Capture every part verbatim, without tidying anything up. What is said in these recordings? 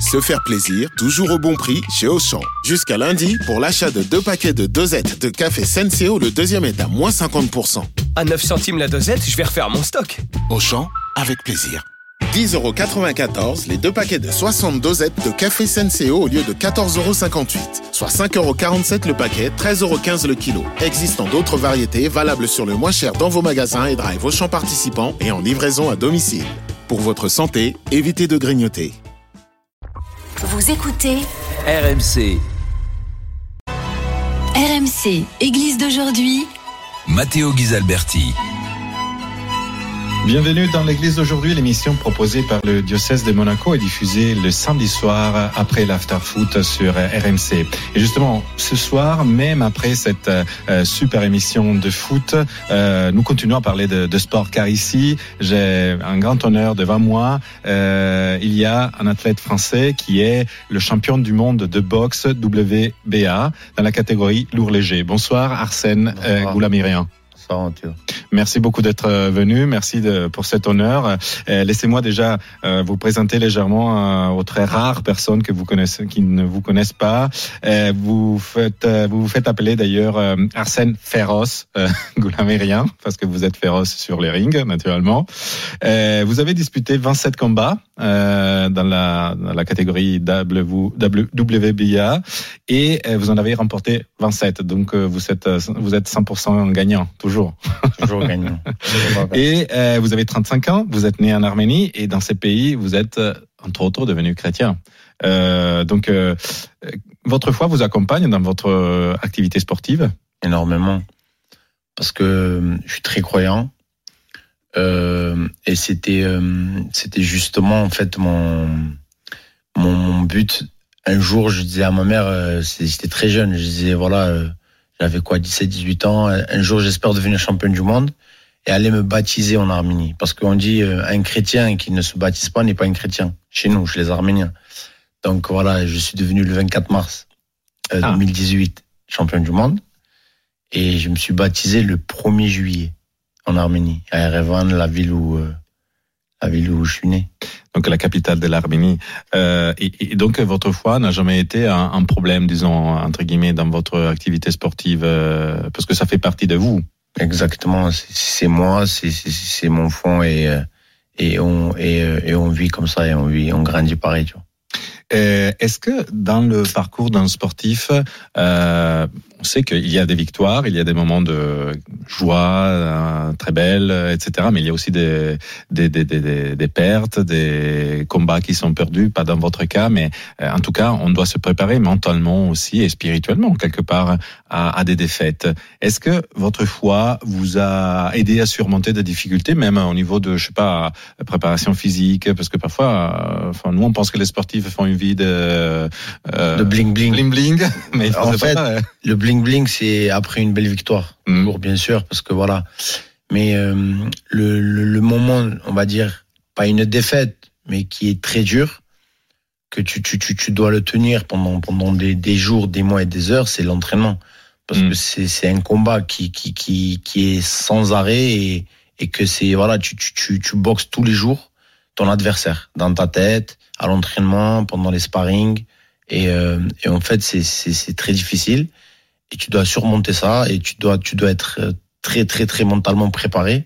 Se faire plaisir, toujours au bon prix chez Auchan. Jusqu'à lundi, pour l'achat de deux paquets de dosettes de café Senseo, le deuxième est à moins cinquante pour cent. À neuf centimes la dosette, je vais refaire mon stock. Auchan, avec plaisir. dix euros quatre-vingt-quatorze les deux paquets de soixante dosettes de café Senseo au lieu de quatorze euros cinquante-huit. Soit cinq euros quarante-sept le paquet, treize euros quinze le kilo. Existant d'autres variétés valables sur le moins cher dans vos magasins et drive Auchan participants et en livraison à domicile. Pour votre santé, évitez de grignoter. Vous écoutez R M C. R M C, Église d'aujourd'hui. Matteo Ghisalberti. Bienvenue dans l'église d'aujourd'hui, l'émission proposée par le diocèse de Monaco et diffusée le samedi soir après l'after-foot sur R M C. Et justement, ce soir, même après cette euh, super émission de foot, euh, nous continuons à parler de, de sport, car ici, j'ai un grand honneur devant moi. Euh, il y a un athlète français qui est le champion du monde de boxe W B A dans la catégorie lourd léger. Bonsoir Arsène euh, Goulamirian. Merci beaucoup d'être venu. Merci de, pour cet honneur. Euh, laissez-moi déjà euh, vous présenter légèrement euh, aux très rares personnes que vous connaissez, qui ne vous connaissent pas. Euh, vous faites, euh, vous vous faites appeler d'ailleurs euh, Arsène Féroce euh, Goulamirian, parce que vous êtes féroce sur les rings, naturellement. Euh, vous avez disputé vingt-sept combats euh, dans, la, dans la catégorie W B A et euh, vous en avez remporté vingt-sept. Donc euh, vous êtes, vous êtes cent pour cent gagnant, toujours. Toujours gagnant. Et euh, vous avez trente-cinq ans, vous êtes né en Arménie et dans ces pays, vous êtes euh, entre autres devenu chrétien. Euh, donc, euh, votre foi vous accompagne dans votre euh, activité sportive ? Énormément, parce que je suis très croyant euh, et c'était euh, c'était justement en fait mon mon, mon but. Un jour, je disais à ma mère, euh, j'étais très jeune, je disais voilà. Euh, J'avais quoi, dix-sept, dix-huit ans. Un jour, j'espère devenir champion du monde et aller me baptiser en Arménie. Parce qu'on dit, euh, un chrétien qui ne se baptise pas n'est pas un chrétien. Chez nous, chez les Arméniens. Donc voilà, je suis devenu le vingt-quatre mars euh, ah. deux mille dix-huit champion du monde. Et je me suis baptisé le premier juillet en Arménie, à Erevan, la ville où, euh, la ville où je suis né. Donc la capitale de l'Arménie. Euh, et, et donc votre foi n'a jamais été un, un problème, disons entre guillemets, dans votre activité sportive, euh, parce que ça fait partie de vous. Exactement, c'est, c'est moi, c'est, c'est, c'est mon fond et et on et, et on vit comme ça et on vit, on grandit pareil, tu vois. Euh, est-ce que dans le parcours d'un sportif, euh, on sait qu'il y a des victoires, il y a des moments de joie euh, très belles, et cetera. Mais il y a aussi des, des, des, des, des pertes, des combats qui sont perdus, pas dans votre cas, mais euh, en tout cas, on doit se préparer mentalement aussi et spirituellement, quelque part, à, à des défaites. Est-ce que votre foi vous a aidé à surmonter des difficultés, même au niveau de, je sais pas, préparation physique, parce que parfois, euh, enfin, nous, on pense que les sportifs font une vie de... Euh, de bling-bling. Bling-bling, mais il en fait, pas, ouais. Le bling-bling, c'est après une belle victoire. Mmh. Pour, bien sûr, parce que voilà. Mais euh, le, le, le moment, on va dire, pas une défaite, mais qui est très dur, que tu, tu, tu, tu dois le tenir pendant, pendant des, des jours, des mois et des heures, c'est l'entraînement. Parce mmh. que c'est, c'est un combat qui, qui, qui, qui est sans arrêt et, et que c'est, voilà, tu, tu, tu, tu boxes tous les jours ton adversaire, dans ta tête, à l'entraînement, pendant les sparring. Et, euh, et en fait, c'est, c'est, c'est très difficile. Et tu dois surmonter ça et tu dois, tu dois être très, très, très mentalement préparé.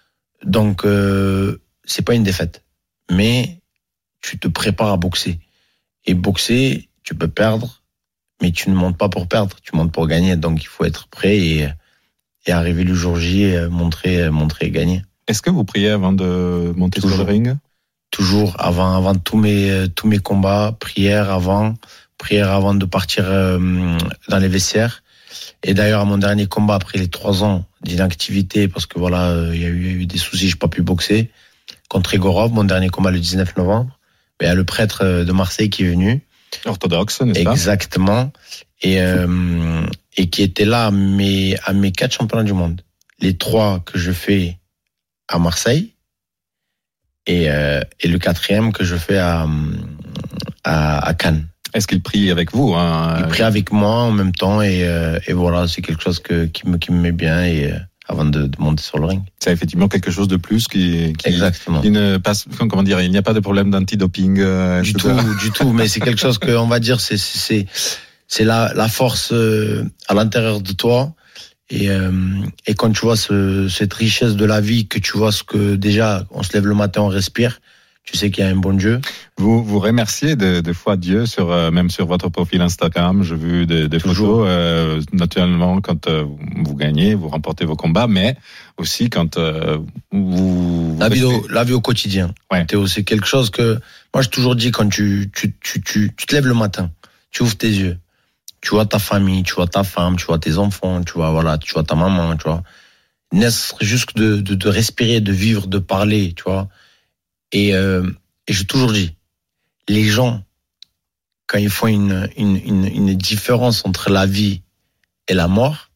Donc, euh, c'est pas une défaite. Mais tu te prépares à boxer. Et boxer, tu peux perdre, mais tu ne montes pas pour perdre, tu montes pour gagner. Donc, il faut être prêt et, et arriver le jour J et montrer, montrer et gagner. Est-ce que vous priez avant de monter Toujours. sur le ring ? Toujours, avant, avant tous mes, tous mes combats, prière avant, prière avant de partir euh, dans les vestiaires. Et d'ailleurs, à mon dernier combat, après les trois ans d'inactivité, parce que voilà, il y a eu, y a eu des soucis, j'ai pas pu boxer, contre Egorov, mon dernier combat le dix-neuf novembre, il y a le prêtre de Marseille qui est venu. Orthodoxe, n'est-ce pas ? Exactement. Et, euh, et qui était là à mes, à mes quatre championnats du monde. Les trois que je fais à Marseille, et, euh, et le quatrième que je fais à, à, à Cannes. Est-ce qu'il prie avec vous, hein ? Il prie avec moi en même temps et, euh, et voilà, c'est quelque chose que, qui, me, qui me met bien et euh, avant de, de monter sur le ring. C'est effectivement quelque chose de plus qui, qui, Exactement. qui ne passe, comment dire, il n'y a pas de problème d'antidoping. Euh, Du et tout, cetera. du tout. Mais c'est quelque chose que, on va dire, c'est, c'est, c'est la, la force euh, à l'intérieur de toi. Et, euh, et quand tu vois ce, cette richesse de la vie, que tu vois ce que déjà, on se lève le matin, on respire, tu sais qu'il y a un bon Dieu. Vous vous remerciez de, de fois Dieu sur euh, même sur votre profil Instagram. J'ai vu des, des photos. Euh, naturellement, quand euh, vous gagnez, vous remportez vos combats, mais aussi quand euh, vous, vous La vie, restez- au, la vie au quotidien. Ouais. Théo, c'est quelque chose que moi j'ai toujours dit quand tu, tu, tu, tu, tu te lèves le matin, tu ouvres tes yeux, tu vois ta famille, tu vois ta femme, tu vois tes enfants, tu vois voilà, tu vois ta maman, tu vois. Naître juste de, de, de respirer, de vivre, de parler, tu vois. Et, euh, et j'ai toujours dit, les gens, quand ils font une, une, une, une différence entre la vie et la mort,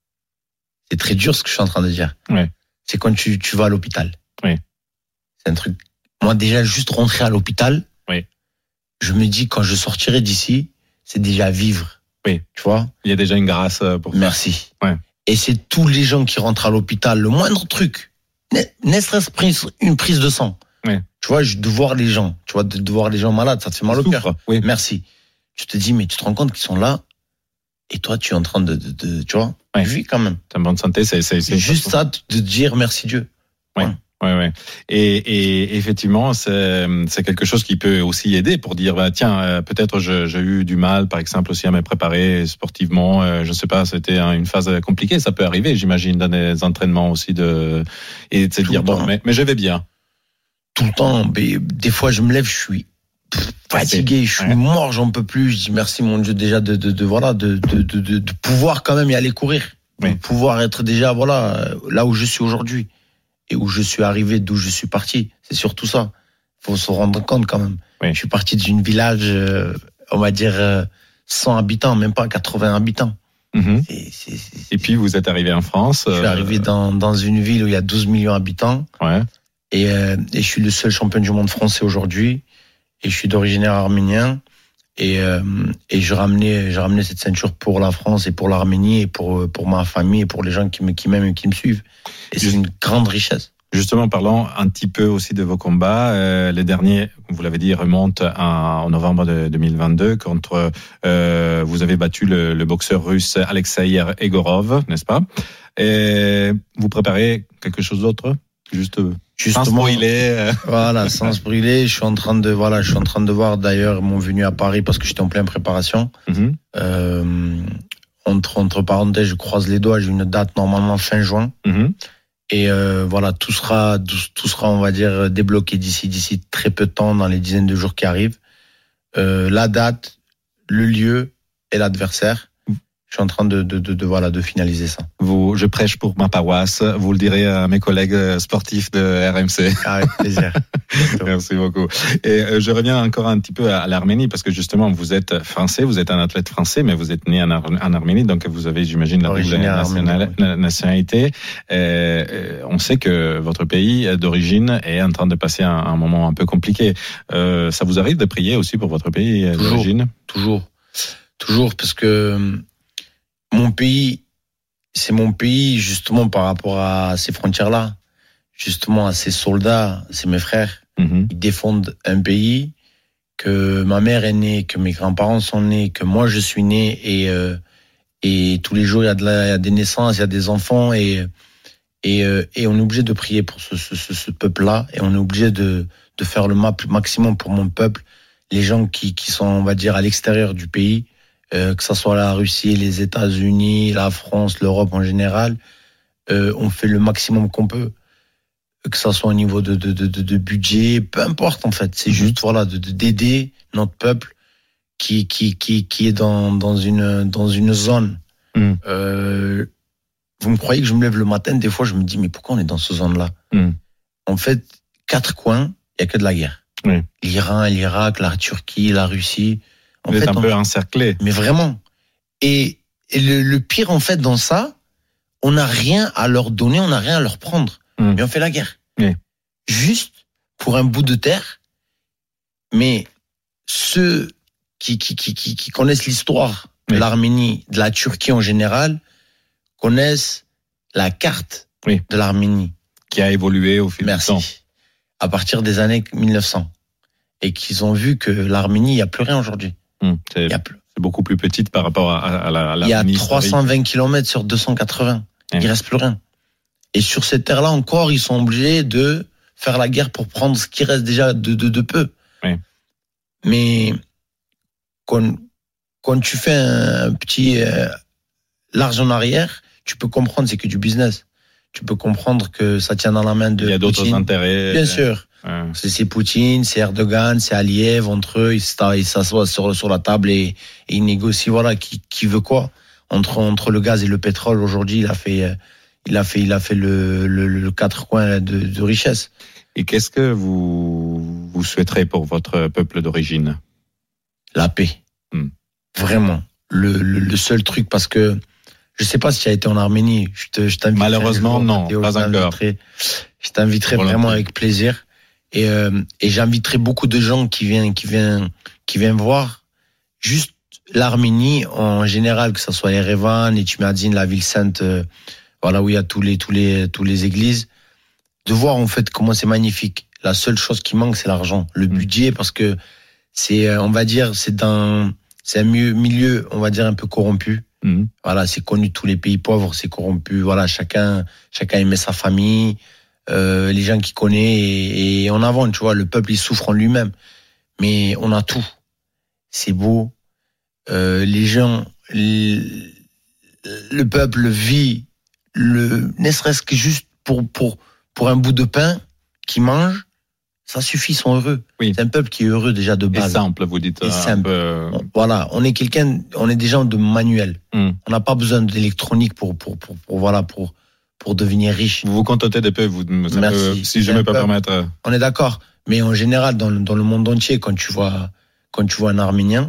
c'est très dur ce que je suis en train de dire. Ouais. C'est quand tu, tu vas à l'hôpital. Oui. C'est un truc. Moi, déjà, juste rentrer à l'hôpital, Oui. je me dis, quand je sortirai d'ici, c'est déjà vivre. Oui. Tu vois? Il y a déjà une grâce euh, pour ça. Merci. Ouais. Et c'est tous les gens qui rentrent à l'hôpital, le moindre truc, ne ne serait-ce prise- une prise de sang. Ouais. Tu vois, je- de voir les gens, tu vois, de, de voir les gens malades, ça te fait mal au Souffre, cœur. oui. Merci. Tu te dis, mais tu te rends compte qu'ils sont là, et toi, tu es en train de, de, de tu vois, Ouais. tu vis quand même. En bonne santé, c'est c'est C'est juste ça, de dire merci Dieu. Ouais, ouais. Et, et effectivement, c'est c'est quelque chose qui peut aussi aider pour dire bah, tiens, euh, peut-être je- j'ai eu du mal, par exemple, aussi à me préparer sportivement. Euh, je sais pas, c'était un- une phase compliquée. Ça peut arriver, j'imagine, dans des entraînements aussi de et de se Tout dire le bon, temps. mais, mais je vais bien. Tout le temps, mais des fois, je me lève, je suis pff, fatigué, je suis Ouais. mort, j'en peux plus. Je dis merci mon Dieu déjà de, de, de voilà, de, de, de, de, de pouvoir quand même y aller courir, Oui. de pouvoir être déjà voilà là où je suis aujourd'hui et où je suis arrivé, d'où je suis parti. C'est surtout ça. Faut se rendre compte quand même. Oui. Je suis parti d'un village, euh, on va dire euh, cent habitants, même pas quatre-vingts habitants. Mhm. Et, c'est, c'est, Et puis vous êtes arrivé en France. je suis euh, arrivé dans, dans une ville où il y a douze millions d'habitants. Ouais. Et, euh, et je suis le seul champion du monde français aujourd'hui. Et je suis d'origine arménien. Et, euh, et je ramenais, j'ai ramené cette ceinture pour la France et pour l'Arménie et pour, pour ma famille et pour les gens qui, me, qui m'aiment et qui me suivent. Et c'est Juste- une grande richesse. Justement, parlons un petit peu aussi de vos combats. Euh, les derniers, vous l'avez dit, remontent à, en novembre de deux mille vingt-deux. Contre, euh, vous avez battu le, le boxeur russe Alexei Egorov, n'est-ce pas? Et vous préparez quelque chose d'autre? Juste euh, sans Justement, spoiler. euh. voilà, sans se brûler. Je suis en train de, voilà, je suis en train de voir d'ailleurs mon venu à Paris parce que j'étais en pleine préparation. Mhm. Euh, entre, entre parenthèses, je croise les doigts. J'ai une date normalement fin juin. Mhm. Et euh, voilà, tout sera, tout, tout sera, on va dire, débloqué d'ici, d'ici très peu de temps, dans les dizaines de jours qui arrivent. Euh, la date, le lieu et l'adversaire. Je suis en train de, de, de, de voilà, de finaliser ça. Vous, je prêche pour ma paroisse. Vous le direz à mes collègues sportifs de R M C. Avec plaisir. Merci beaucoup. Et euh, je reviens encore un petit peu à, à l'Arménie parce que justement vous êtes français, vous êtes un athlète français, mais vous êtes né en, Ar- en Arménie, donc vous avez, j'imagine, la double Originaire nationale- arménien, oui. na- nationalité. Euh, euh, on sait que votre pays d'origine est en train de passer un, un moment un peu compliqué. Euh, ça vous arrive de prier aussi pour votre pays euh, Toujours. d'origine? Toujours. Toujours, parce que euh, mon pays, c'est mon pays justement par rapport à ces frontières-là, justement à ces soldats, c'est mes frères. Mhm. Ils défendent un pays que ma mère est née, que mes grands-parents sont nés, que moi je suis né et euh, et tous les jours il y a de la, il y a des naissances, il y a des enfants et et euh, et on est obligé de prier pour ce ce, ce, ce peuple-là et on est obligé de de faire le ma- maximum pour mon peuple, les gens qui qui sont on va dire à l'extérieur du pays, euh, que ça soit la Russie, les États-Unis, la France, l'Europe en général, euh, on fait le maximum qu'on peut. Que ça soit au niveau de, de, de, de budget, peu importe en fait. C'est Mhm. juste voilà de, de- d'aider notre peuple qui qui qui qui est dans dans une dans une zone. Mhm. Euh, vous me croyez que je me lève le matin, des fois je me dis mais pourquoi on est dans ce zone-là? Mhm. En fait, quatre coins, il y a que de la guerre. Oui. L'Iran, l'Irak, la Turquie, la Russie. En Vous êtes fait, un on- peu encerclé. mais vraiment. Et, et le, le pire, en fait, dans ça, on n'a rien à leur donner, on n'a rien à leur prendre. Mm. Mais on fait la guerre. Oui. Juste pour un bout de terre. Mais ceux qui, qui, qui, qui, qui connaissent l'histoire de Oui. l'Arménie, de la Turquie en général, connaissent la carte oui. de l'Arménie. Qui a évolué au fil Merci. du temps. À partir des années mille neuf cents. Et qu'ils ont vu que l'Arménie, il n'y a plus rien aujourd'hui. Hum, c'est, Il y a plus. c'est beaucoup plus petite par rapport à, à la, à Il y a l'Arménie trois cent vingt kilomètres sur deux cent quatre-vingts. Ouais. Il reste plus rien. Et sur cette terre-là encore, ils sont obligés de faire la guerre pour prendre ce qui reste déjà de, de, de peu. Ouais. Mais quand, quand tu fais un petit euh, large en arrière, tu peux comprendre c'est que du business. Tu peux comprendre que ça tient dans la main de Il y a d'autres Poutine. intérêts. Bien sûr. Ouais. C'est, c'est Poutine, c'est Erdogan, c'est Aliyev, entre eux, ils, ils s'assoient sur, sur la table et, et ils négocient, voilà, qui, qui veut quoi. Entre, entre le gaz et le pétrole, aujourd'hui, il a fait, il a fait, il a fait le, le, le quatre coins de, de richesse. Et qu'est-ce que vous, vous souhaiterez pour votre peuple d'origine? La paix. Hmm. Vraiment. Le, le, le seul truc, parce que, je sais pas si tu as été en Arménie, je, te, je t'invite. Malheureusement, non, Théo, pas je encore. Je t'inviterai vraiment avec plaisir. Et, euh, et j'inviterai beaucoup de gens qui viennent, qui viennent, qui viennent voir juste l'Arménie en général, que ce soit Erevan, Etchmiadzin, la ville sainte, euh, voilà où il y a tous les, tous les, tous les églises, de voir en fait comment c'est magnifique. La seule chose qui manque, c'est l'argent, le budget, parce que c'est, on va dire, c'est un, c'est un milieu, on va dire un peu corrompu. Mmh. Voilà, c'est connu de tous les pays pauvres, c'est corrompu. Voilà, chacun, chacun aimait sa famille. Euh, les gens qui connaissent et, et en avant, tu vois, le peuple il souffre en lui-même, mais on a tout, c'est beau, euh, les gens, le, le peuple vit, le, ne serait-ce que juste pour pour pour un bout de pain qu'ils mangent, ça suffit, ils sont heureux. Oui. C'est un peuple qui est heureux déjà de base. Et simple, vous dites. Et un simple. Peu... Voilà, on est quelqu'un, on est des gens de manuel. Mm. On n'a pas besoin d'électronique pour pour pour, pour voilà pour pour devenir riche. Vous vous contentez de peu, vous, ça Merci. peut, si je me peux permettre. On est d'accord, mais en général, dans le, dans le monde entier, quand tu vois, quand tu vois un Arménien,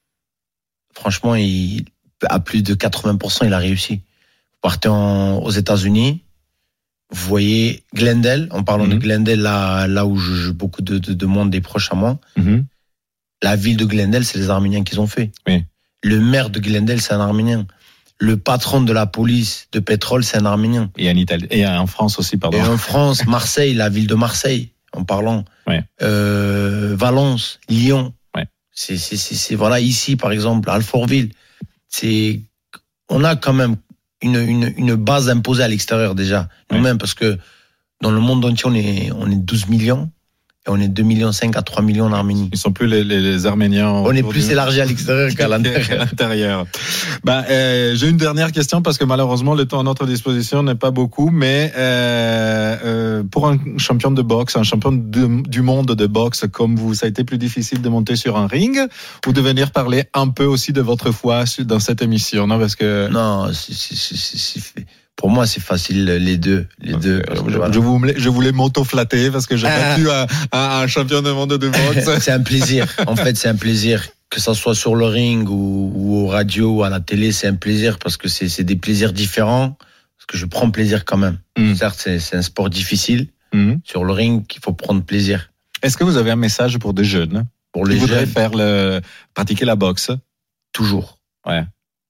franchement, il, à plus de quatre-vingts pour cent, il a réussi. Vous partez en, aux États-Unis, vous voyez Glendale, en parlant mm-hmm. de Glendale, là, là où je, je, beaucoup de, de, de monde est proche à moi, mm-hmm. la ville de Glendale, c'est les Arméniens qui ont fait. Oui. Le maire de Glendale, c'est un Arménien. Le patron de la police de pétrole, c'est un Arménien. Et en Italie, et en France aussi, pardon. Et en France, Marseille, la ville de Marseille, en parlant. Ouais. Euh, Valence, Lyon. Ouais. C'est, c'est, c'est, c'est, voilà, ici, par exemple, Alfortville. C'est, on a quand même une, une, une base imposée à l'extérieur, déjà. Nous-mêmes, ouais. Parce que dans le monde entier, on est, on est douze millions. Et on est deux virgule cinq millions à trois millions en Arménie. Ils sont plus les, les, les Arméniens. On est plus élargi à l'extérieur qu'à l'intérieur. à l'intérieur. Ben, euh, j'ai une dernière question parce que malheureusement le temps à notre disposition n'est pas beaucoup, mais euh, euh, pour un champion de boxe, un champion de, du monde de boxe comme vous, ça a été plus difficile de monter sur un ring ou de venir parler un peu aussi de votre foi dans cette émission, non? Parce que non, c'est, c'est, c'est, c'est, c'est... Pour moi, c'est facile, les deux. Les okay. deux je, voilà. je, voulais, je voulais m'auto-flatter parce que j'ai ah. battu un, un, un champion du monde de boxe. C'est un plaisir. En fait, c'est un plaisir. Que ça soit sur le ring ou, ou au radio ou à la télé, c'est un plaisir parce que c'est, c'est des plaisirs différents. Parce que je prends plaisir quand même. Mm. Certes, c'est, c'est un sport difficile. Mm. Sur le ring, il faut prendre plaisir. Est-ce que vous avez un message pour des jeunes pour les qui voudraient jeunes, faire le, pratiquer la boxe? Toujours. Ouais.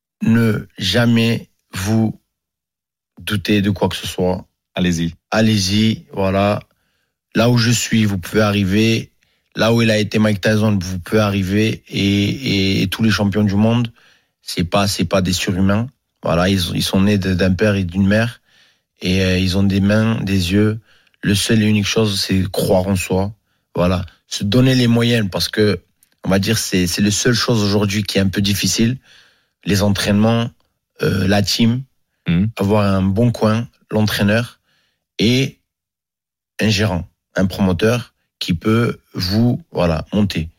Ne jamais vous douter de quoi que ce soit. Allez-y. Allez-y, voilà. Là où je suis, vous pouvez arriver. Là où il a été Mike Tyson, vous pouvez arriver. Et, et, et tous les champions du monde, c'est pas, c'est pas des surhumains. Voilà, ils, ils sont nés d'un père et d'une mère. Et euh, ils ont des mains, des yeux. Le seul et unique chose, c'est croire en soi. Voilà. Se donner les moyens parce que, on va dire, c'est, c'est la seule chose aujourd'hui qui est un peu difficile. Les entraînements, euh, la team. Avoir un bon coin, l'entraîneur et un gérant, un promoteur qui peut vous voilà monter.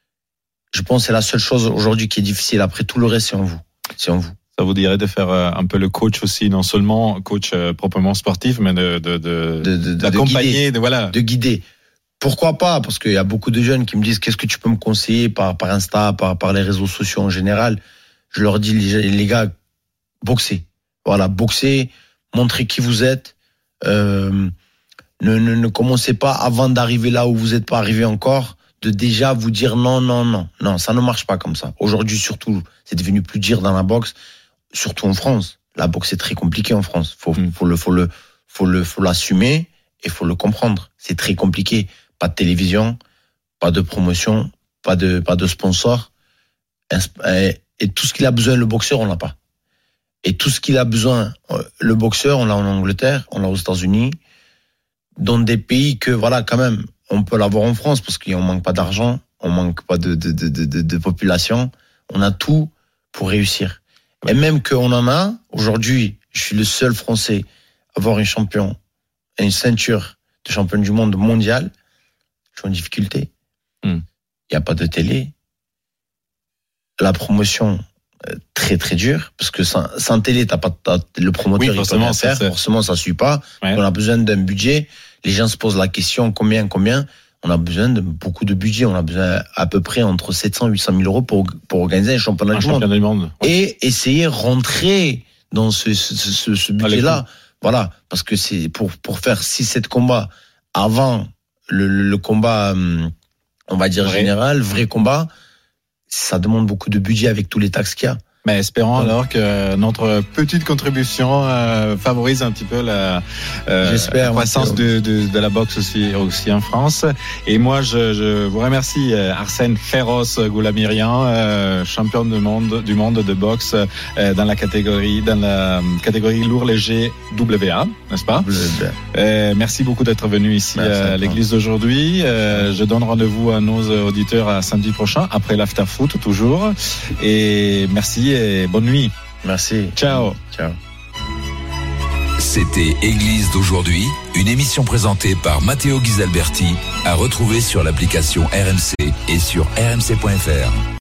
Je pense que c'est la seule chose aujourd'hui qui est difficile. Après tout le reste, c'est en vous. C'est en vous. Ça vous dirait de faire un peu le coach aussi, non seulement coach proprement sportif, mais de de de, de, de d'accompagner, de, guider, de voilà, de guider. Pourquoi pas? Parce qu'il y a beaucoup de jeunes qui me disent qu'est-ce que tu peux me conseiller par par Insta, par par les réseaux sociaux en général. Je leur dis les, les gars, boxez. Voilà, boxer, montrer qui vous êtes. Euh, ne, ne, ne commencez pas, avant d'arriver là où vous n'êtes pas arrivé encore, de déjà vous dire non, non, non. Non, ça ne marche pas comme ça. Aujourd'hui, surtout, c'est devenu plus dur dans la boxe, surtout en France. La boxe est très compliquée en France. Faut, mm. faut le, faut le, faut le, faut l'assumer et faut le comprendre. C'est très compliqué. Pas de télévision, pas de promotion, pas de, pas de sponsor. Et, et tout ce qu'il a besoin, le boxeur, on l'a pas. Et tout ce qu'il a besoin, le boxeur, on l'a en Angleterre, on l'a aux États-Unis, dans des pays que, voilà, quand même, on peut l'avoir en France parce qu'on manque pas d'argent, on manque pas de, de, de, de, de population. On a tout pour réussir. Ouais. Et même qu'on en a, aujourd'hui, je suis le seul Français à avoir un champion, une ceinture de champion du monde mondial. Je suis en difficulté. Il mm. n'y a pas de télé. La promotion, très très dur, parce que sans, sans télé, t'as pas, t'as, le promoteur, oui, il peut rien faire. Ça, forcément, ça suit pas. Ouais. On a besoin d'un budget. Les gens se posent la question, combien, combien? On a besoin de beaucoup de budget. On a besoin à peu près entre sept cents et huit cent mille euros pour, pour organiser un championnat, un du, championnat monde. du monde. Ouais. Et essayer de rentrer dans ce, ce, ce, ce budget-là. Voilà. Parce que c'est pour, pour faire six sept combats avant le, le, le combat, on va dire, vrai. général, vrai combat, ça demande beaucoup de budget avec tous les taxes qu'il y a. Mais espérons ouais. alors que notre petite contribution euh, favorise un petit peu la, euh, la croissance de, de, de la boxe aussi, aussi en France. Et moi, je, je vous remercie, Arsène Féroce Goulamirian, euh, champion du monde, du monde de boxe euh, dans la catégorie, dans la catégorie lourd léger W A, n'est-ce pas? euh, Merci beaucoup d'être venu ici merci à l'église d'aujourd'hui. Euh, je donne rendez-vous à nos auditeurs à samedi prochain, après l'after foot toujours. Et merci. Et bonne nuit. Merci. Ciao. Ciao. C'était Église d'aujourd'hui, une émission présentée par Matteo Ghisalberti, à retrouver sur l'application R M C et sur r m c point f r.